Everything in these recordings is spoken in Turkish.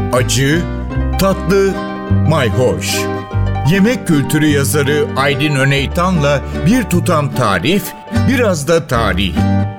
acı, tatlı, mayhoş. Yemek kültürü yazarı Aydin Öneytan'la bir tutam tarif, biraz da tarih.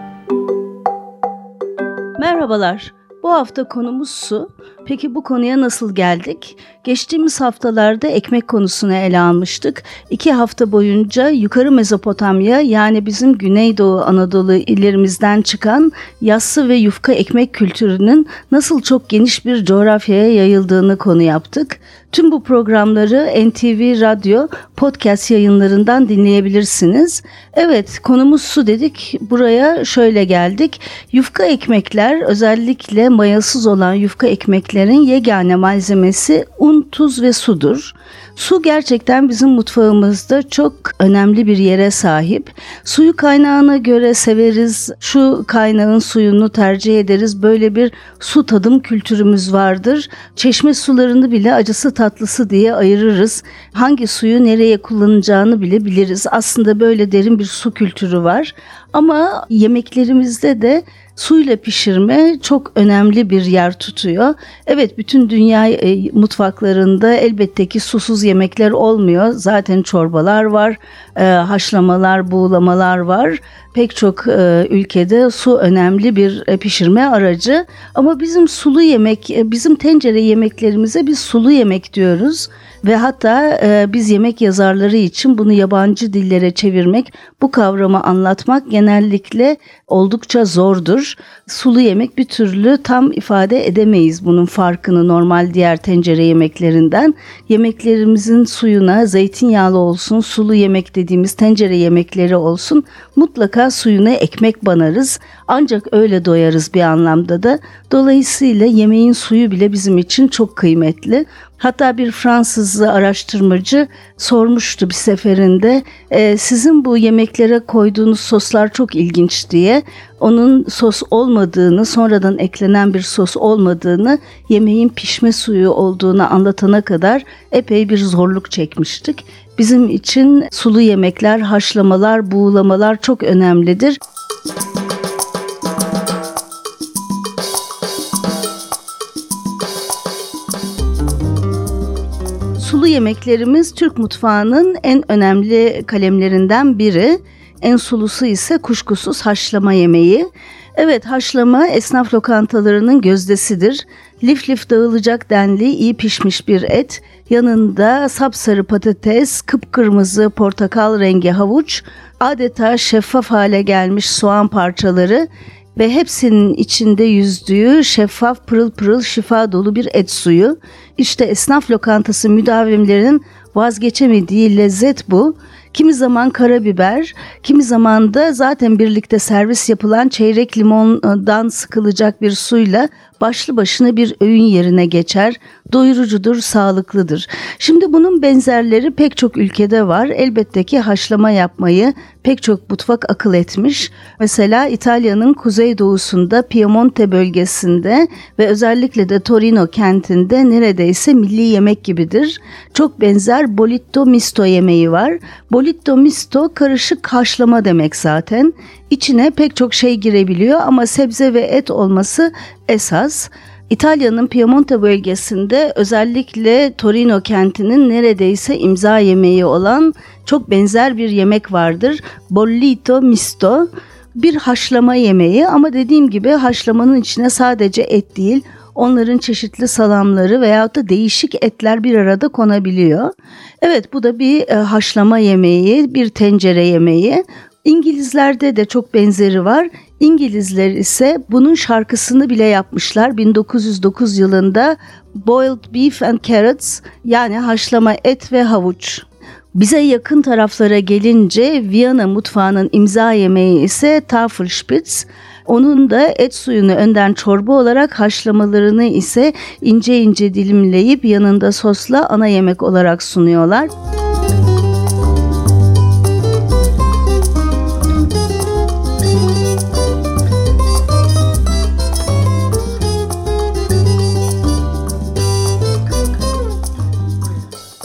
Merhabalar. Bu hafta konumuz su. Peki bu konuya nasıl geldik? Geçtiğimiz haftalarda ekmek konusunu ele almıştık. 2 hafta boyunca Yukarı Mezopotamya, yani bizim Güneydoğu Anadolu illerimizden çıkan yassı ve yufka ekmek kültürünün nasıl çok geniş bir coğrafyaya yayıldığını konu yaptık. Tüm bu programları NTV Radyo podcast yayınlarından dinleyebilirsiniz. Evet, konumuz su dedik. Buraya şöyle geldik. Yufka ekmekler, özellikle mayasız olan yufka ekmeklerin yegane malzemesi un, tuz ve sudur. Su gerçekten bizim mutfağımızda çok önemli bir yere sahip. Suyu kaynağına göre severiz, şu kaynağın suyunu tercih ederiz. Böyle bir su tadım kültürümüz vardır. Çeşme sularını bile acısı tatlısı diye ayırırız. Hangi suyu nereye kullanacağını bile biliriz. Aslında böyle derin bir su kültürü var. Ama yemeklerimizde de suyla pişirme çok önemli bir yer tutuyor. Evet, bütün dünya mutfaklarında elbette ki susuz yemekler olmuyor. Zaten çorbalar var, haşlamalar, buğulamalar var. Pek çok ülkede su önemli bir pişirme aracı. Ama bizim sulu yemek, bizim tencere yemeklerimize biz sulu yemek diyoruz. Ve hatta biz yemek yazarları için bunu yabancı dillere çevirmek, bu kavramı anlatmak genellikle oldukça zordur. Sulu yemek bir türlü tam ifade edemeyiz bunun farkını normal diğer tencere yemeklerinden. Yemeklerimizin suyuna zeytinyağlı olsun, sulu yemek dediğimiz tencere yemekleri olsun, mutlaka suyuna ekmek banarız. Ancak öyle doyarız bir anlamda da. Dolayısıyla yemeğin suyu bile bizim için çok kıymetli. Hatta bir Fransız araştırmacı sormuştu bir seferinde, sizin bu yemeklere koyduğunuz soslar çok ilginç diye. Onun sos olmadığını, sonradan eklenen bir sos olmadığını, yemeğin pişme suyu olduğunu anlatana kadar epey bir zorluk çekmiştik. Bizim için sulu yemekler, haşlamalar, buğulamalar çok önemlidir. Sulu yemeklerimiz Türk mutfağının en önemli kalemlerinden biri. En sulusu ise kuşkusuz haşlama yemeği. Evet, haşlama esnaf lokantalarının gözdesidir. Lif lif dağılacak denli iyi pişmiş bir et, yanında sapsarı patates, kıpkırmızı portakal rengi havuç, adeta şeffaf hale gelmiş soğan parçaları ve hepsinin içinde yüzdüğü şeffaf pırıl pırıl şifa dolu bir et suyu. İşte esnaf lokantası müdavimlerinin vazgeçemediği lezzet bu. Kimi zaman karabiber, kimi zaman da zaten birlikte servis yapılan çeyrek limondan sıkılacak bir suyla başlı başına bir öğün yerine geçer. Doyurucudur, sağlıklıdır. Şimdi bunun benzerleri pek çok ülkede var. Elbette ki haşlama yapmayı pek çok mutfak akıl etmiş. Mesela İtalya'nın kuzeydoğusunda Piemonte bölgesinde ve özellikle de Torino kentinde neredeyse milli yemek gibidir. Çok benzer bollito misto yemeği var. Bollito misto karışık haşlama demek zaten. İçine pek çok şey girebiliyor ama sebze ve et olması esas. İtalya'nın Piemonte bölgesinde özellikle Torino kentinin neredeyse imza yemeği olan çok benzer bir yemek vardır. Bollito misto, bir haşlama yemeği ama dediğim gibi haşlamanın içine sadece et değil, onların çeşitli salamları veyahut da değişik etler bir arada konabiliyor. Evet, bu da bir haşlama yemeği, bir tencere yemeği. İngilizlerde de çok benzeri var. İngilizler ise bunun şarkısını bile yapmışlar. 1909 yılında Boiled Beef and Carrots, yani haşlama et ve havuç. Bize yakın taraflara gelince Viyana mutfağının imza yemeği ise Tafelspitz. Onun da et suyunu önden çorba olarak, haşlamalarını ise ince ince dilimleyip yanında sosla ana yemek olarak sunuyorlar.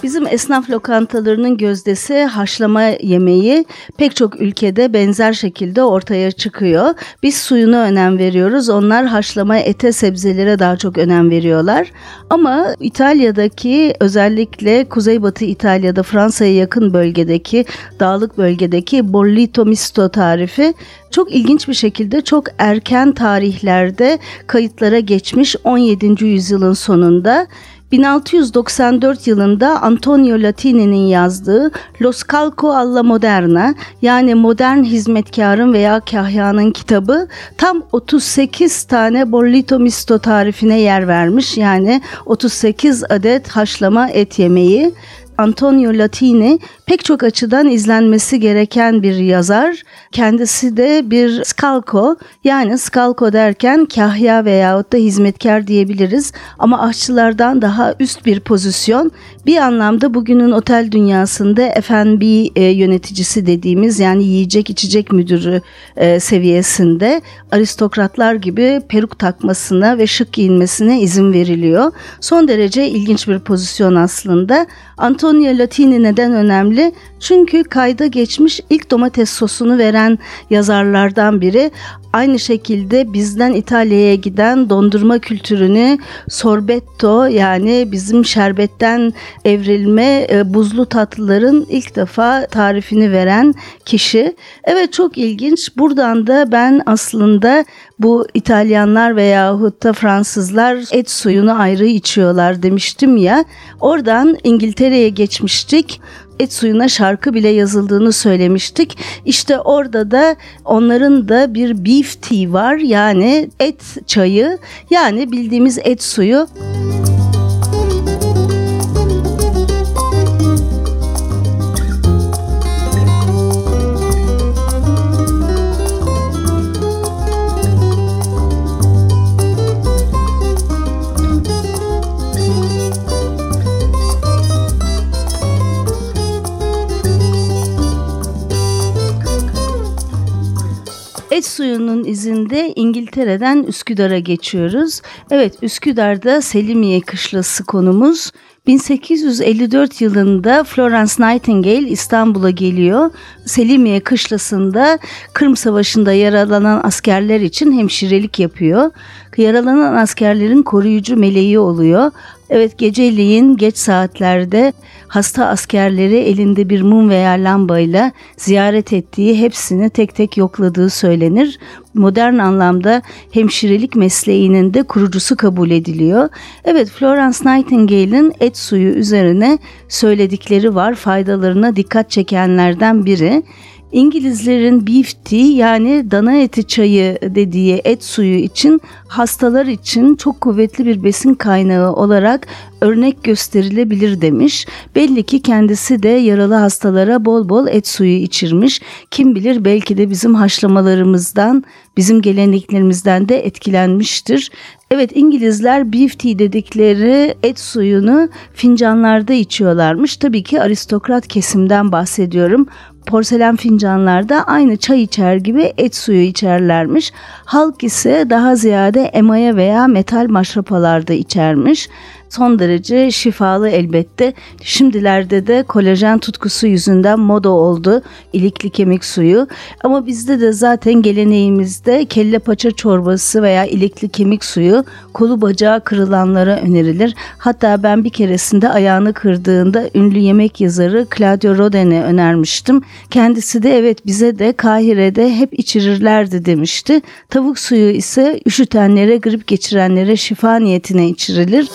Bizim esnaf lokantalarının gözdesi haşlama yemeği pek çok ülkede benzer şekilde ortaya çıkıyor. Biz suyuna önem veriyoruz. Onlar haşlama ete, sebzelere daha çok önem veriyorlar. Ama İtalya'daki, özellikle Kuzeybatı İtalya'da Fransa'ya yakın bölgedeki, dağlık bölgedeki bollito misto tarifi çok ilginç bir şekilde çok erken tarihlerde kayıtlara geçmiş, 17. yüzyılın sonunda. 1694 yılında Antonio Latini'nin yazdığı Lo Scalco alla Moderna, yani modern hizmetkarın veya kahyanın kitabı tam 38 tane bollito misto tarifine yer vermiş. Yani 38 adet haşlama et yemeği. Antonio Latini pek çok açıdan izlenmesi gereken bir yazar. Kendisi de bir scalco, yani scalco derken kahya veyahut da hizmetkar diyebiliriz. Ama aşçılardan daha üst bir pozisyon. Bir anlamda bugünün otel dünyasında F&B yöneticisi dediğimiz, yani yiyecek içecek müdürü seviyesinde, aristokratlar gibi peruk takmasına ve şık giyinmesine izin veriliyor. Son derece ilginç bir pozisyon aslında. Antonio Latini neden önemli? Çünkü kayda geçmiş ilk domates sosunu veren yazarlardan biri. Aynı şekilde bizden İtalya'ya giden dondurma kültürünü, sorbetto, yani bizim şerbetten evrilme buzlu tatlıların ilk defa tarifini veren kişi. Evet, çok ilginç. Buradan da ben aslında bu İtalyanlar veyahut da Fransızlar et suyunu ayrı içiyorlar demiştim ya. Oradan İngiltere'ye geçmiştik. Et suyuna şarkı bile yazıldığını söylemiştik. İşte orada da onların da bir beef tea var, yani et çayı, yani bildiğimiz et suyu. Et suyunun izinde İngiltere'den Üsküdar'a geçiyoruz. Evet, Üsküdar'da Selimiye Kışlası konumuz. 1854 yılında Florence Nightingale İstanbul'a geliyor. Selimiye Kışlası'nda Kırım Savaşı'nda yaralanan askerler için hemşirelik yapıyor. Yaralanan askerlerin koruyucu meleği oluyor. Evet, geceleyin geç saatlerde hasta askerleri elinde bir mum veya lambayla ziyaret ettiği, hepsini tek tek yokladığı söylenir. Modern anlamda hemşirelik mesleğinin de kurucusu kabul ediliyor. Evet, Florence Nightingale'in et suyu üzerine söyledikleri var. Faydalarına dikkat çekenlerden biri. İngilizlerin beef tea, yani dana eti çayı dediği et suyu için hastalar için çok kuvvetli bir besin kaynağı olarak örnek gösterilebilir demiş. Belli ki kendisi de yaralı hastalara bol bol et suyu içirmiş. Kim bilir, belki de bizim haşlamalarımızdan, bizim geleneklerimizden de etkilenmiştir. Evet, İngilizler beef tea dedikleri et suyunu fincanlarda içiyorlarmış. Tabii ki aristokrat kesimden bahsediyorum. Porselen fincanlarda aynı çay içer gibi et suyu içerlermiş. Halk ise daha ziyade emaye veya metal maşrapalarda içermiş. Son derece şifalı elbette. Şimdilerde de kolajen tutkusu yüzünden moda oldu ilikli kemik suyu. Ama bizde de zaten geleneğimizde kelle paça çorbası veya ilikli kemik suyu kolu bacağı kırılanlara önerilir. Hatta ben bir keresinde ayağını kırdığında ünlü yemek yazarı Claudio Rodin'e önermiştim. Kendisi de evet, bize de Kahire'de hep içirirlerdi demişti. Tavuk suyu ise üşütenlere, grip geçirenlere şifa niyetine içirilir.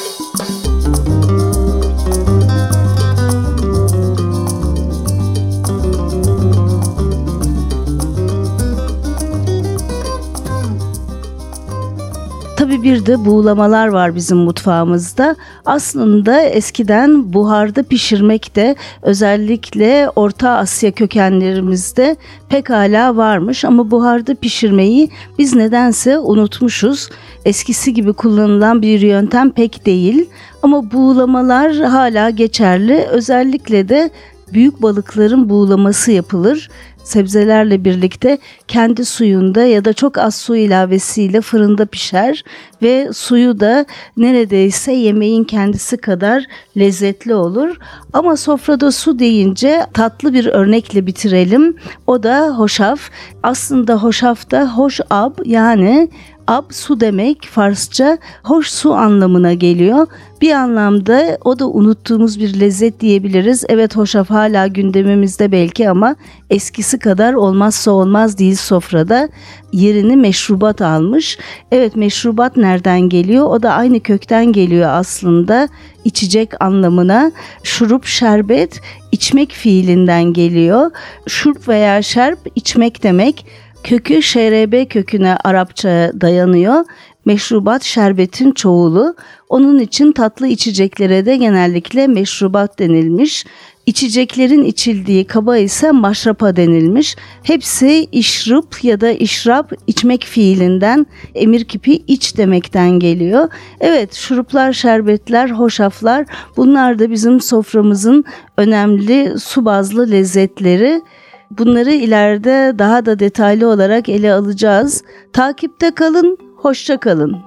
Tabii bir de buğulamalar var bizim mutfağımızda. Aslında eskiden buharda pişirmek de özellikle Orta Asya kökenlerimizde pekala varmış, ama buharda pişirmeyi biz nedense unutmuşuz. Eskisi gibi kullanılan bir yöntem pek değil, ama buğulamalar hala geçerli. Özellikle de büyük balıkların buğulaması yapılır. sebzelerle birlikte kendi suyunda ya da çok az su ilavesiyle fırında pişer ve suyu da neredeyse yemeğin kendisi kadar lezzetli olur. Ama sofrada su deyince tatlı bir örnekle bitirelim. O da hoşaf. Aslında hoşaf da hoş ab, yani ab su demek, Farsça hoş su anlamına geliyor. Bir anlamda o da unuttuğumuz bir lezzet diyebiliriz. Evet, hoşaf hala gündemimizde belki ama eskisi kadar olmazsa olmaz değil sofrada. Yerini meşrubat almış. Evet, meşrubat nereden geliyor? O da aynı kökten geliyor aslında. İçecek anlamına. Şurup, şerbet, içmek fiilinden geliyor. Şurp veya şerp içmek demek. Kökü şerebe köküne Arapça dayanıyor. Meşrubat şerbetin çoğulu. Onun için tatlı içeceklere de genellikle meşrubat denilmiş. İçeceklerin içildiği kaba ise maşrapa denilmiş. Hepsi işrup ya da işrap, içmek fiilinden, emir kipi iç demekten geliyor. Evet, şuruplar, şerbetler, hoşaflar, bunlar da bizim soframızın önemli su bazlı lezzetleri. Bunları ileride daha da detaylı olarak ele alacağız. Takipte kalın, hoşça kalın.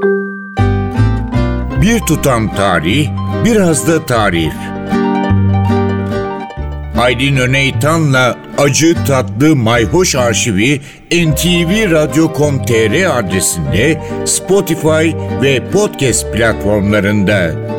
Bir tutam tarih, biraz da tarif. Aydin Öneytan'la Acı Tatlı Mayhoş arşivi ntvradio.com.tr adresinde, Spotify ve podcast platformlarında.